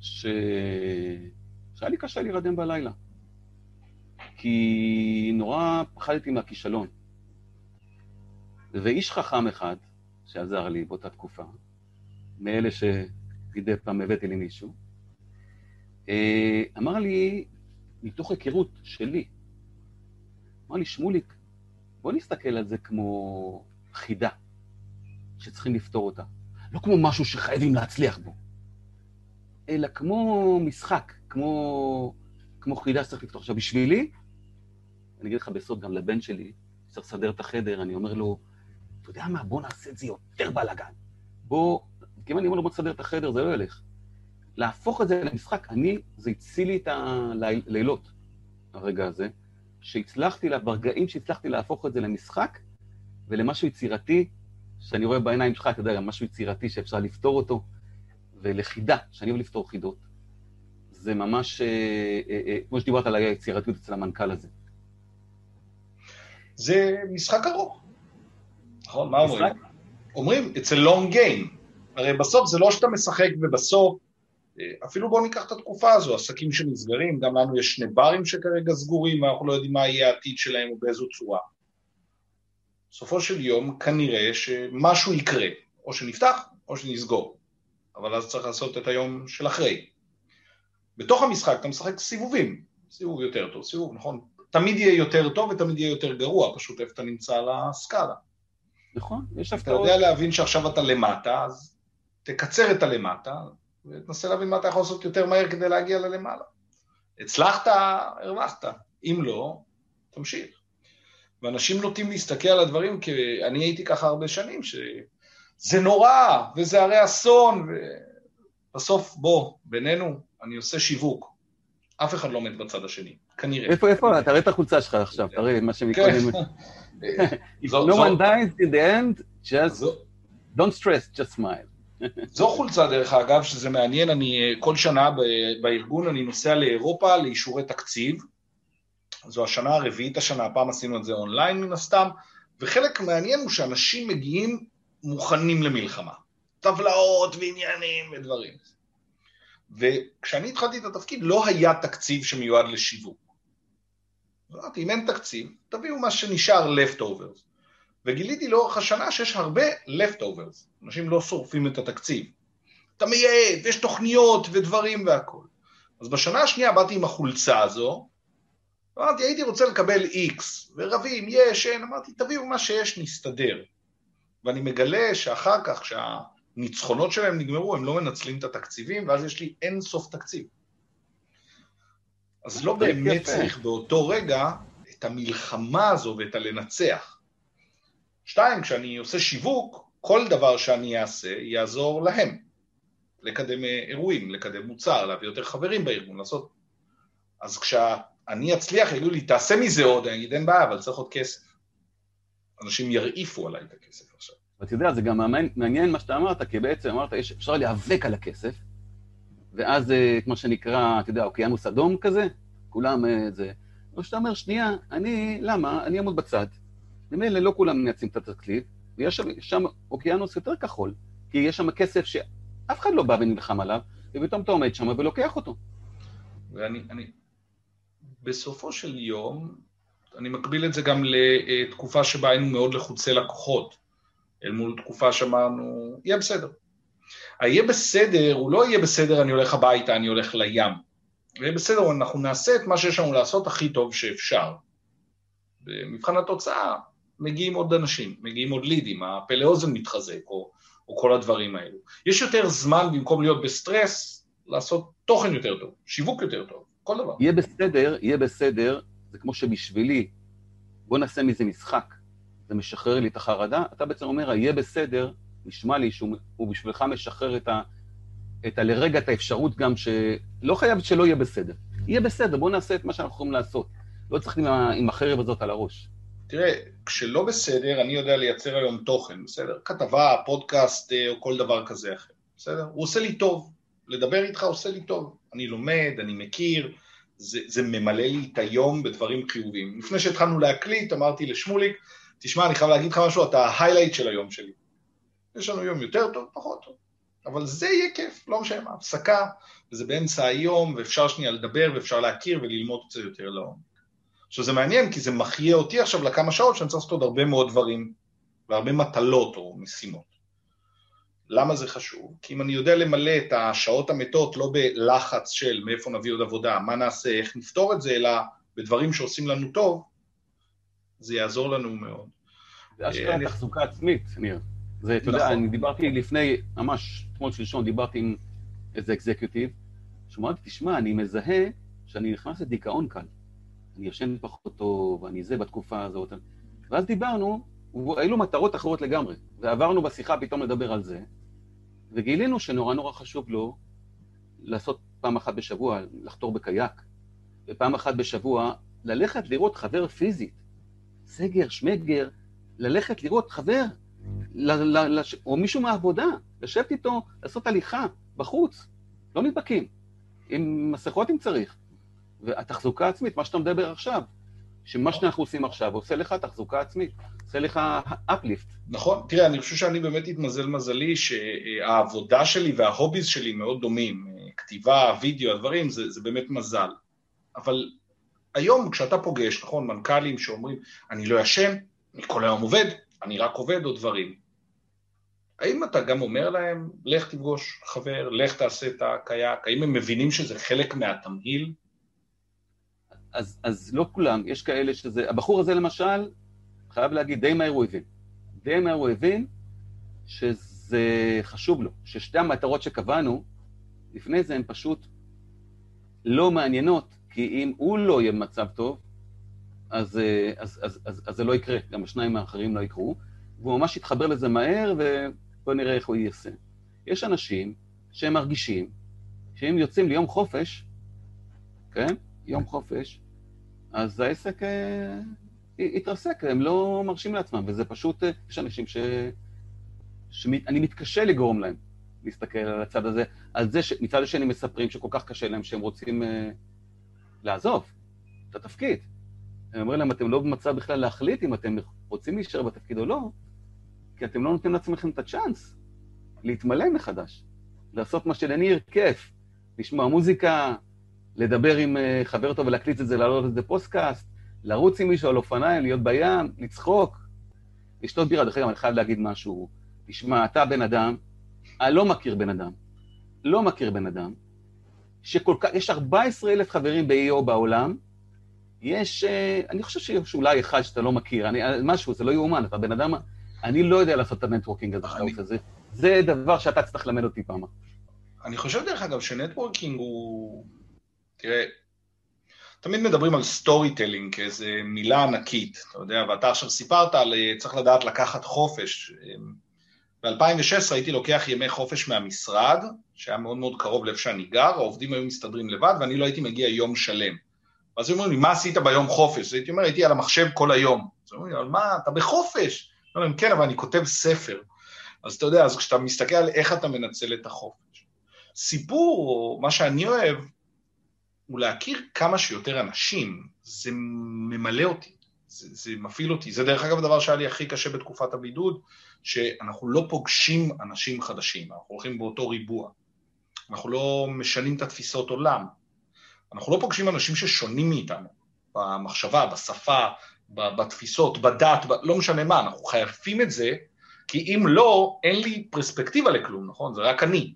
שהיה לי קשה להירדם בלילה. כי נורא פחדתי מהכישלון. ואיש חכם אחד, שעזר לי באותה תקופה, מאלה שמדי פעם הבאתי לי מישהו, אמר לי, מתוך היכרות שלי, אמר לי, שמוליק, בוא נסתכל על זה כמו חידה, שצריכים לפתור אותה. לא כמו משהו שחייבים להצליח בו, אלא כמו משחק, כמו חידה שצריך לפתור. עכשיו, בשבילי, אני אגיד לך בסוד גם לבן שלי, צריך לסדר את החדר, אני אומר לו, אתה יודע מה, בוא נעשה את זה יותר בלגן. כי אם אני אומר לו, בוא נסדר את החדר, זה לא ילך. להפוך את זה למשחק, זה הציל לי את הלילות, הרגע הזה, ברגעים שהצלחתי להפוך את זה למשחק, ולמשהו יצירתי, שאני רואה בעיניים שלך, אתה יודע, גם משהו יצירתי שאפשר לפתור אותו, ולחידה, שאני אוהב לפתור חידות. זה ממש, כמו שדיברת על היצירתיות אצל המנכ"ל הזה. זה משחק ארוך. נכון, מה אומרים? אומרים, it's a long game. הרי בסוף זה לא שאתה משחק ובסוף, אפילו בואו ניקח את התקופה הזו, עסקים שנסגרים, גם לנו יש 2 ברים שכרגע סגורים, ואנחנו לא יודעים מה יהיה העתיד שלהם ובאיזו צורה. בסופו של יום כנראה שמשהו יקרה, או שנפתח או שנסגור, אבל אז צריך לעשות את היום של אחרי. בתוך המשחק אתה משחק סיבובים, סיבוב יותר טוב, סיבוב, נכון? תמיד יהיה יותר טוב ותמיד יהיה יותר גרוע, פשוט איפה אתה נמצא על הסקאלה. נכון, יש אתה יודע להבין שעכשיו אתה למטה, אז תקצר את הלמטה, ותנסה להבין מה אתה יכול לעשות יותר מהר כדי להגיע ללמעלה. הצלחת, הרווחת. אם לא, תמשיך. ואנשים נוטים להסתכל על הדברים, כי אני הייתי ככה הרבה שנים, שזה נורא, וזה הרי אסון, ובסוף, בינינו, אני עושה שיווק. אף אחד לא מת בצד השני, כנראה. איפה? תראה את החולצה שלך עכשיו, תראה מה שמקודם. If no one dies in the end, just don't stress, just smile. זו חולצה דרך אגב, שזה מעניין, אני כל שנה בארגון, אני נוסע לאירופה לאישורי תקציב, זו השנה הרביעית השנה, הפעם עשינו את זה אונליין מן הסתם, וחלק מעניין הוא שאנשים מגיעים מוכנים למלחמה, טבלאות ועניינים ודברים. וכשאני התחלתי את התפקיד, לא היה תקציב שמיועד לשיווק. אמרתי, אם אין תקציב, תביאו מה שנשאר leftovers. וגיליתי לאורך השנה שיש הרבה leftovers. אנשים לא שורפים את התקציב. אתה מייעד, יש תוכניות ודברים והכל. אז בשנה השנייה באתי עם החולצה הזו, אמרתי, הייתי רוצה לקבל X, ורבים, יש, אין, אמרתי, תביאו מה שיש, נסתדר. ואני מגלה שאחר כך, כשהניצחונות שלהם נגמרו, הם לא מנצלים את התקציבים, ואז יש לי אין סוף תקציב. אז לא באמת צריך באותו רגע את המלחמה הזו ואת הלנצח. 2, כשאני עושה שיווק, כל דבר שאני אעשה יעזור להם. לקדם אירועים, לקדם מוצר, להביא יותר חברים בארגון, לעשות. אז כשאני אצליח, יגידו לי, תעשה מזה עוד, אני אגיד, אין בעיה, אבל צריך עוד כסף. אנשים ירעיפו עליי את הכסף עכשיו. ואתה יודע, זה גם מעניין מה שאתה אמרת, כי בעצם אמרת, אפשר להיאבק על הכסף, ואז, כמו שנקרא, אתה יודע, אוקיינוס אדום כזה, כולם זה. או שאתה אומר, שנייה, למה? אני אעמוד בצד. במילא לא כולם מייצאים את התקציב, ויש שם אוקיינוס יותר כחול, כי יש שם כסף שאף אחד לא בא ונלחם עליו, ופתאום אתה עומד שם ולוקח אותו. בסופו של יום, אני מקביל את זה גם לתקופה שבה היינו מאוד לחוצי לקוחות, אל מול תקופה שאמרנו, יהיה בסדר. היהיה בסדר, הוא לא יהיה בסדר, אני הולך הביתה, אני הולך לים. יהיה בסדר, אנחנו נעשה את מה שיש לנו לעשות הכי טוב שאפשר. במבחן התוצאה, מגיעים עוד אנשים, מגיעים עוד לידים, הפה לאוזן מתחזק, או כל הדברים האלו. יש יותר זמן, במקום להיות בסטרס, לעשות תוכן יותר טוב, שיווק יותר טוב, כל דבר. יהיה בסדר, זה כמו שבשבילי, בוא נעשה מזה משחק, זה משחרר לי את החרדה, אתה בעצם אומר, יהיה בסדר, נשמע לי שהוא בשבילך משחרר לרגע את האפשרות גם שלא חייב שלא יהיה בסדר. יהיה בסדר, בוא נעשה את מה שאנחנו יכולים לעשות. לא צריך עם החרב הזאת על הראש. תראה, כשלא בסדר, אני יודע לייצר היום תוכן, בסדר? כתבה, פודקאסט או כל דבר כזה אחר, בסדר? הוא עושה לי טוב, לדבר איתך עושה לי טוב. אני לומד, אני מכיר, זה ממלא לי את היום בדברים חיוביים. לפני שהתחלנו להקליט, אמרתי לשמוליק, תשמע, אני חייב להגיד לך משהו, אתה ההיילייט של היום שלי. יש לנו יום יותר טוב, פחות טוב. אבל זה יהיה כיף, לא משנה מה, הפסקה, וזה באמצע היום, ואפשר שנייה לדבר, ואפשר להכיר וללמוד קצת יותר לעומק. עכשיו זה מעניין, כי זה מחיה אותי עכשיו לכמה שעות, שאני צריך לעשות עוד הרבה מאוד דברים, והרבה מטלות או משימות. למה זה חשוב? כי אם אני יודע למלא את השעות המתות, לא בלחץ של מאיפה נביא עוד עבודה, מה נעשה, איך נפתור את זה, אלא בדברים שעושים לנו טוב, זה יעזור לנו מאוד. זה אשכרה תחזוקה עצמית, ניר. זה, אתה יודע, אני דיברתי לפני, ממש, אתמול שלשום, דיברתי עם איזה אקזקיוטיב, שאומרתי, תשמע, אני מזהה שאני נכנס לדיכאון קל. אני ישן פחות טוב, אני זה בתקופה הזאת. ואז דיברנו, והיו מטרות אחרות לגמרי, ועברנו בשיחה פתאום לדבר על זה, וגילינו שנורא נורא חשוב לו לעשות פעם אחת בשבוע, לחתור בקייק, ופעם אחת בשבוע ללכת לראות חבר פיזית, סגר, שמגר, ללכת לראות חבר, או מישהו מהעבודה, לשבת איתו, לעשות הליכה בחוץ, לא נדבקים, עם מסכות אם צריך. והתחזוקה העצמית, מה שאתה מדבר עכשיו, שמה שאנחנו עושים עכשיו, עושה לך תחזוקה עצמית, עושה לך אפליפט. נכון, תראה, אני חושב שאני באמת התמזל מזלי שהעבודה שלי וההוביז שלי מאוד דומים, כתיבה, וידאו, הדברים, זה באמת מזל. אבל היום כשאתה פוגש, נכון, מנכ"לים שאומרים, אני לא ישן, אני כל היום עובד, אני רק עובד או דברים. האם אתה גם אומר להם, לך תפגוש חבר, לך תעשה את הקייק, האם הם מבינים שזה חלק מהתמהיל? אז לא כולם, יש כאלה שזה, הבחור הזה למשל, חייב להגיד, די מהר הוא הבין שזה חשוב לו, ששתי המטרות שקבענו, לפני זה הן פשוט לא מעניינות, כי אם הוא לא יהיה במצב טוב, אז זה לא יקרה, גם השניים האחרים לא יקרו, והוא ממש יתחבר לזה מהר, ובוא נראה איך הוא יעשה. יש אנשים שהם מרגישים, שאם יוצאים ליום חופש, כן? יום חופש, אז העסק יתרסק, הם לא מרשים לעצמם, וזה פשוט, יש אנשים שאני מתקשה לגרום להם להסתכל על הצד הזה, על זה מצד השני מספרים שכל כך קשה להם, שהם רוצים לעזוב את התפקיד. אני אומר להם, אתם לא במצב בכלל להחליט אם אתם רוצים להישאר בתפקיד או לא, כי אתם לא נותנים לעצמכם את הצ'אנס להתמלא מחדש, לעשות מה שלניר כיף, לשמוע מוזיקה, לדבר עם חבר טוב ולהקליט את זה, לעלות את זה פוסטקאסט, לרוץ עם מישהו על אופניים, להיות בים, לצחוק, לשתות בירה. דרך אגב, אני חייב להגיד משהו, תשמע, אתה בן אדם, לא מכיר בן אדם, יש 14,000 חברים ב-EO בעולם, אני חושב שיש אולי אחד שאתה לא מכיר, משהו, זה לא יאומן, אתה בן אדם, אני לא יודע לעשות את הנטוורקינג הזה שאתה עושה, זה דבר שאתה צריך ללמד אותי פעם. אני חושב דרך אגב שנטוורקינג הוא, תראה, תמיד מדברים על סטורי טלינג כאיזו מילה ענקית, אתה יודע, ואתה עכשיו סיפרת על צריך לדעת לקחת חופש. ב-2016 הייתי לוקח ימי חופש מהמשרד, שהיה מאוד מאוד קרוב לאיפה שאני גר, העובדים היו מסתדרים לבד, ואני לא הייתי מגיע יום שלם. ואז הם אומרים לי, מה עשית ביום חופש? הייתי אומר, הייתי על המחשב כל היום. אז הם אומרים לי, אבל מה, אתה בחופש? אני אומר, כן, אבל אני כותב ספר. אז אתה יודע, אז כשאתה מסתכל על איך אתה מנצל את החופש. סיפור, או מה שאני אוהב, הוא להכיר כמה שיותר אנשים, זה ממלא אותי, זה מפעיל אותי. זה דרך אגב הדבר שהיה לי הכי קשה בתקופת הבידוד, שאנחנו לא פוגשים אנשים חדשים, אנחנו הולכים באותו ריבוע, אנחנו לא משנים את התפיסות עולם, אנחנו לא פוגשים אנשים ששונים מאיתנו, במחשבה, בשפה, בתפיסות, בדת, לא משנה מה, אנחנו חייבים את זה, כי אם לא, אין לי פרספקטיבה לכלום, נכון? זה רק אני.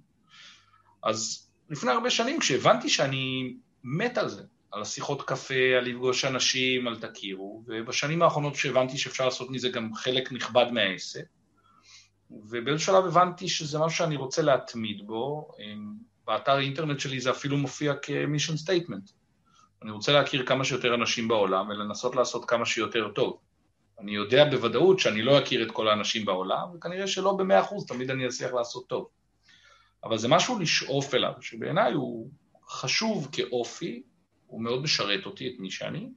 אז לפני הרבה שנים, כשהבנתי שאני מת על זה, על השיחות קפה, על לפגוש אנשים, על תכירו, ובשנים האחרונות שהבנתי שאפשר לעשות מזה גם חלק נכבד מהעסק, ובאיזשהו שלב הבנתי שזה משהו שאני רוצה להתמיד בו, באתר האינטרנט שלי זה אפילו מופיע כמישן סטייטמנט. אני רוצה להכיר כמה שיותר אנשים בעולם, ולנסות לעשות כמה שיותר טוב. אני יודע בוודאות שאני לא אכיר את כל האנשים בעולם, וכנראה שלא ב100%, תמיד אני אצליח לעשות טוב. אבל זה משהו לשאוף אליו, שבעיניי הוא חשוב כאופי, הוא מאוד משרת אותי, את מי שאני,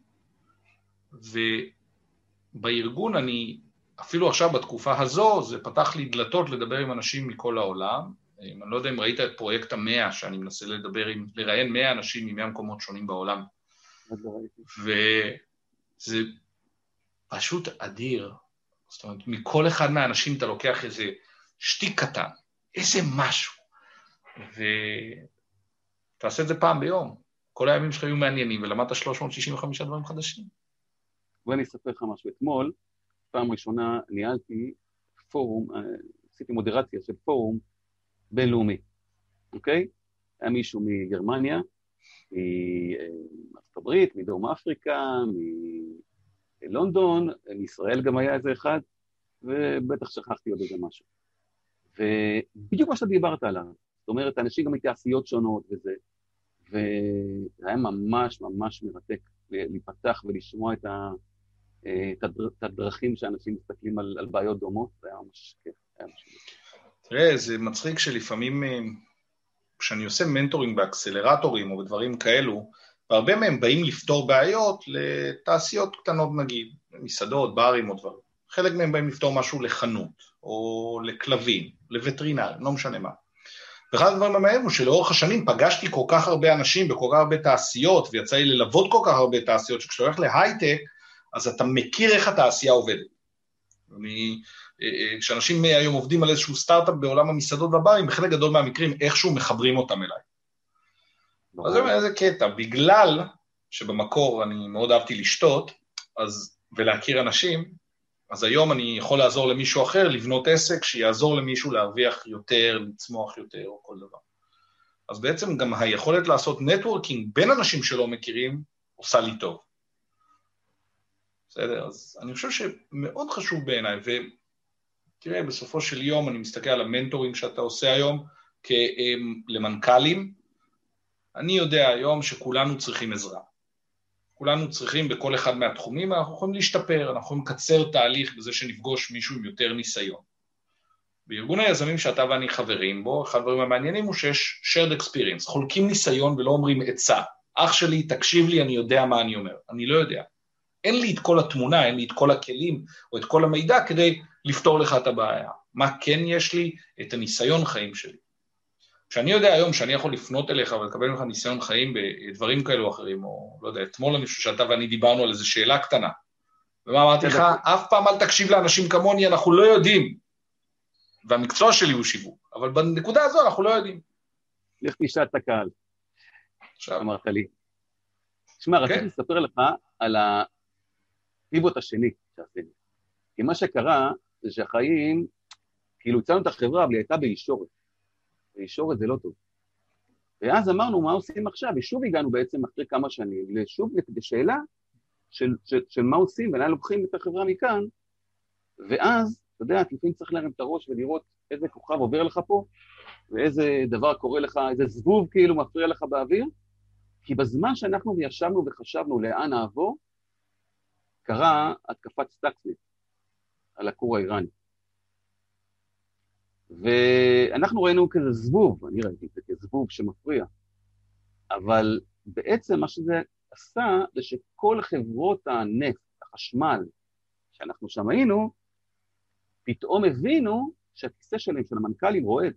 ובארגון אני, אפילו עכשיו בתקופה הזו, זה פתח לי דלתות לדבר עם אנשים מכל העולם. אני לא יודע אם ראית את פרויקט 100, שאני מנסה לראיין 100 אנשים מ100 מקומות שונים בעולם. וזה פשוט אדיר. זאת אומרת, מכל אחד מהאנשים אתה לוקח איזה שטיק קטן, איזה משהו, ותעשה את זה פעם ביום. כל הימים שלך היו מעניינים, ולמדת 365 דברים חדשים. ואני אספר לך משהו. אתמול, פעם ראשונה ניהלתי פורום, עשיתי מודרציה של פורום בינלאומי, אוקיי? היה מישהו מגרמניה, מארצות הברית, מדרום אפריקה, מלונדון, מישראל גם היה איזה אחד, ובטח שכחתי עוד איזה משהו. ובדיוק מה שאתה דיברת עליו, זאת אומרת, אנשים גם מתעשיות שונות וזה, וזה היה ממש ממש מרתק להיפתח ולשמוע את הדרכים שאנשים מסתכלים על בעיות דומות, זה היה ממש כיף. תראה, זה מצחיק שלפעמים, כשאני עושה מנטורינג באקסלרטורים או בדברים כאלו, והרבה מהם באים לפתור בעיות לתעשיות קטנות נגיד, מסעדות, ברים או דברים. חלק מהם באים לפתור משהו לחנות, או לכלבים, לווטרינרים, לא משנה מה. ואחד הדברים המעניינים הוא שלאורך השנים פגשתי כל כך הרבה אנשים בכל כך הרבה תעשיות, ויצא לי ללוות כל כך הרבה תעשיות, שכשאתה הולך להייטק, אז אתה מכיר איך התעשייה עובדת. כשאנשים היום עובדים על איזשהו סטארט-אפ בעולם המסעדות והברים, בחלק גדול מהמקרים איכשהו מחברים אותם אליי. אז זה אומר איזה קטע, בגלל שבמקור אני מאוד אהבתי לשתות, ולהכיר אנשים, אז היום אני יכול לעזור למישהו אחר, לבנות עסק שיעזור למישהו להרוויח יותר, לצמוח יותר או כל דבר. אז בעצם גם היכולת לעשות נטוורקינג בין אנשים שלא מכירים, עושה לי טוב. בסדר? אז אני חושב שמאוד חשוב בעיניי, ותראה, בסופו של יום אני מסתכל על המנטורינג שאתה עושה היום, למנכ"לים, אני יודע היום שכולנו צריכים עזרה. כולנו צריכים בכל אחד מהתחומים, אנחנו יכולים להשתפר, אנחנו יכולים לקצר תהליך בזה שנפגוש מישהו עם יותר ניסיון. בארגון היזמים שאתה ואני חברים בו, אחד הדברים המעניינים הוא שיש shared experience, חולקים ניסיון ולא אומרים עצה. אח שלי, תקשיב לי, אני יודע מה אני אומר. אני לא יודע. אין לי את כל התמונה, אין לי את כל הכלים או את כל המידע כדי לפתור לך את הבעיה. מה כן יש לי? את הניסיון חיים שלי. כשאני יודע היום שאני יכול לפנות אליך ולקבל ממך ניסיון חיים בדברים כאלו אחרים, או לא יודע, אתמול אני חושב שאתה ואני דיברנו על איזו שאלה קטנה, ומה אמרתי לך? אף פעם אל תקשיב לאנשים כמוני, אנחנו לא יודעים, והמקצוע שלי הוא שיווק, אבל בנקודה הזו אנחנו לא יודעים. לך תשאל את הקהל, אמרת לי. תשמע, רציתי לספר לך על הפיבוט השני שעשינו, כי מה שקרה זה שהחיים, כאילו הצענו את החברה, אבל היא הייתה בישורת. וישורת זה לא טוב. ואז אמרנו, מה עושים עכשיו? ושוב הגענו בעצם אחרי כמה שנים, לשוב לשאלה של מה עושים, ולאן לוקחים את החברה מכאן, ואז, אתה יודע, לפעמים צריך להרים את הראש ולראות איזה כוכב עובר לך פה, ואיזה דבר קורה לך, איזה זבוב כאילו מפריע לך באוויר, כי בזמן שאנחנו ישבנו וחשבנו לאן נעבור, קרה התקפת סטאקסניק על הכור האיראני. ואנחנו ראינו כזה זבוב, אני ראיתי את זה כזבוב שמפריע, אבל בעצם מה שזה עשה, זה שכל חברות הנפט, החשמל, שאנחנו שם היינו, פתאום הבינו שהכיסא שלהם, של המנכ"לים, רועד.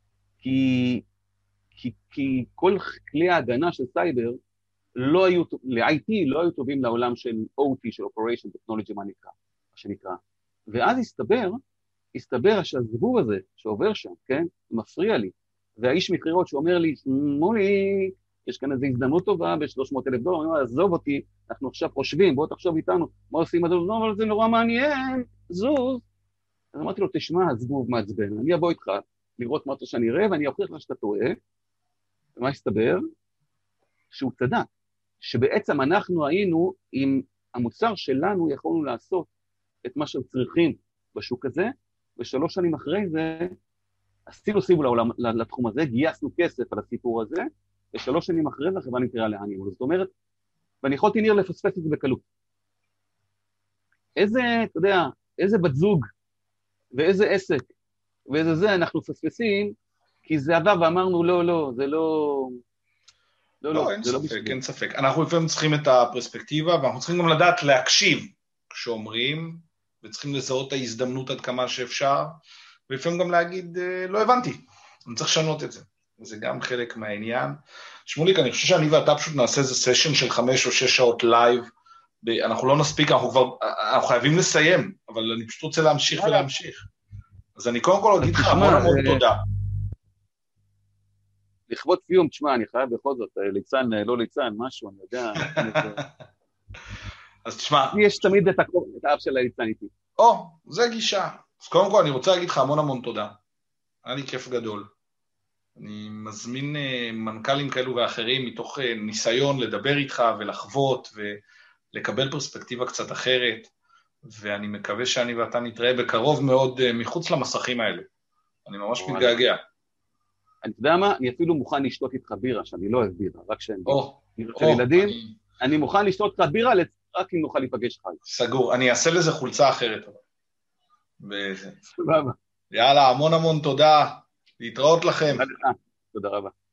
כי כל כלי ההגנה של סייבר, ל-IT לא היו טובים לעולם של OT, של Operation Technology, מה שנקרא. ואז הסתבר שהזבוב הזה שעובר שם, כן, מפריע לי. והאיש מכירות שאומר לי, מולי, יש כאן איזו הזדמנות טובה ב$300,000, אני אומר, עזוב אותי, אנחנו עכשיו חושבים, בוא תחשוב איתנו, מה עושים? לא, אבל זה נורא מעניין, זוז. אז אמרתי לו, תשמע, הזבוב מעצבן, אני אבוא איתך לראות מה אתה שאני אראה, ואני אוכיח לך שאתה טועה. ומה הסתבר? שהוא צדק, שבעצם אנחנו היינו, עם המוצר שלנו יכולנו לעשות את מה שצריכים בשוק הזה, ו3 שנים אחרי זה, עשינו סיבוב לתחום הזה, גייסנו כסף על הסיפור הזה, ו3 שנים אחרי זה החברה נמכרה להנימול. זאת אומרת, ואני יכולתי נראה לפספס את זה בקלות. אתה יודע, איזה בת זוג, ואיזה עסק, ואיזה זה אנחנו פספסים, כי זה עבר ואמרנו, לא, זה לא... לא, אין ספק, אין ספק. אנחנו לפעמים צריכים את הפרספקטיבה, ואנחנו צריכים גם לדעת להקשיב כשאומרים, וצריכים לזהות את ההזדמנות עד כמה שאפשר, ולפעמים גם להגיד, לא הבנתי, אני צריך לשנות את זה. וזה גם חלק מהעניין. שמוליק, אני חושב שאני ואתה פשוט נעשה איזה סשן של 5 או 6 שעות לייב, אנחנו לא נספיק, אנחנו חייבים לסיים, אבל אני פשוט רוצה להמשיך ולהמשיך. אז אני קודם כל אגיד לך המון תודה. לכבוד סיום, תשמע, אני חייב בכל זאת, ליצן, לא ליצן, משהו, אני יודע. אז תשמע. יש תמיד את האף של הליצן איתי. זה גישה. אז קודם כל אני רוצה להגיד לך המון תודה. היה לי כיף גדול. אני מזמין מנכ"לים כאלו ואחרים מתוך ניסיון לדבר איתך ולחוות ולקבל פרספקטיבה קצת אחרת, ואני מקווה שאני ואתה נתראה בקרוב מאוד מחוץ למסכים האלה. אני ממש מתגעגע. אני יודע מה, אני אפילו מוכן לשתות איתך בירה, שאני לא אוהב בירה, רק שאני ילדים, אני מוכן לשתות איתך בירה, רק אם נוכל להיפגש חי. סגור, אני אעשה לזה חולצה אחרת. סבבה. יאללה, המון המון תודה, להתראות לכם. תודה רבה.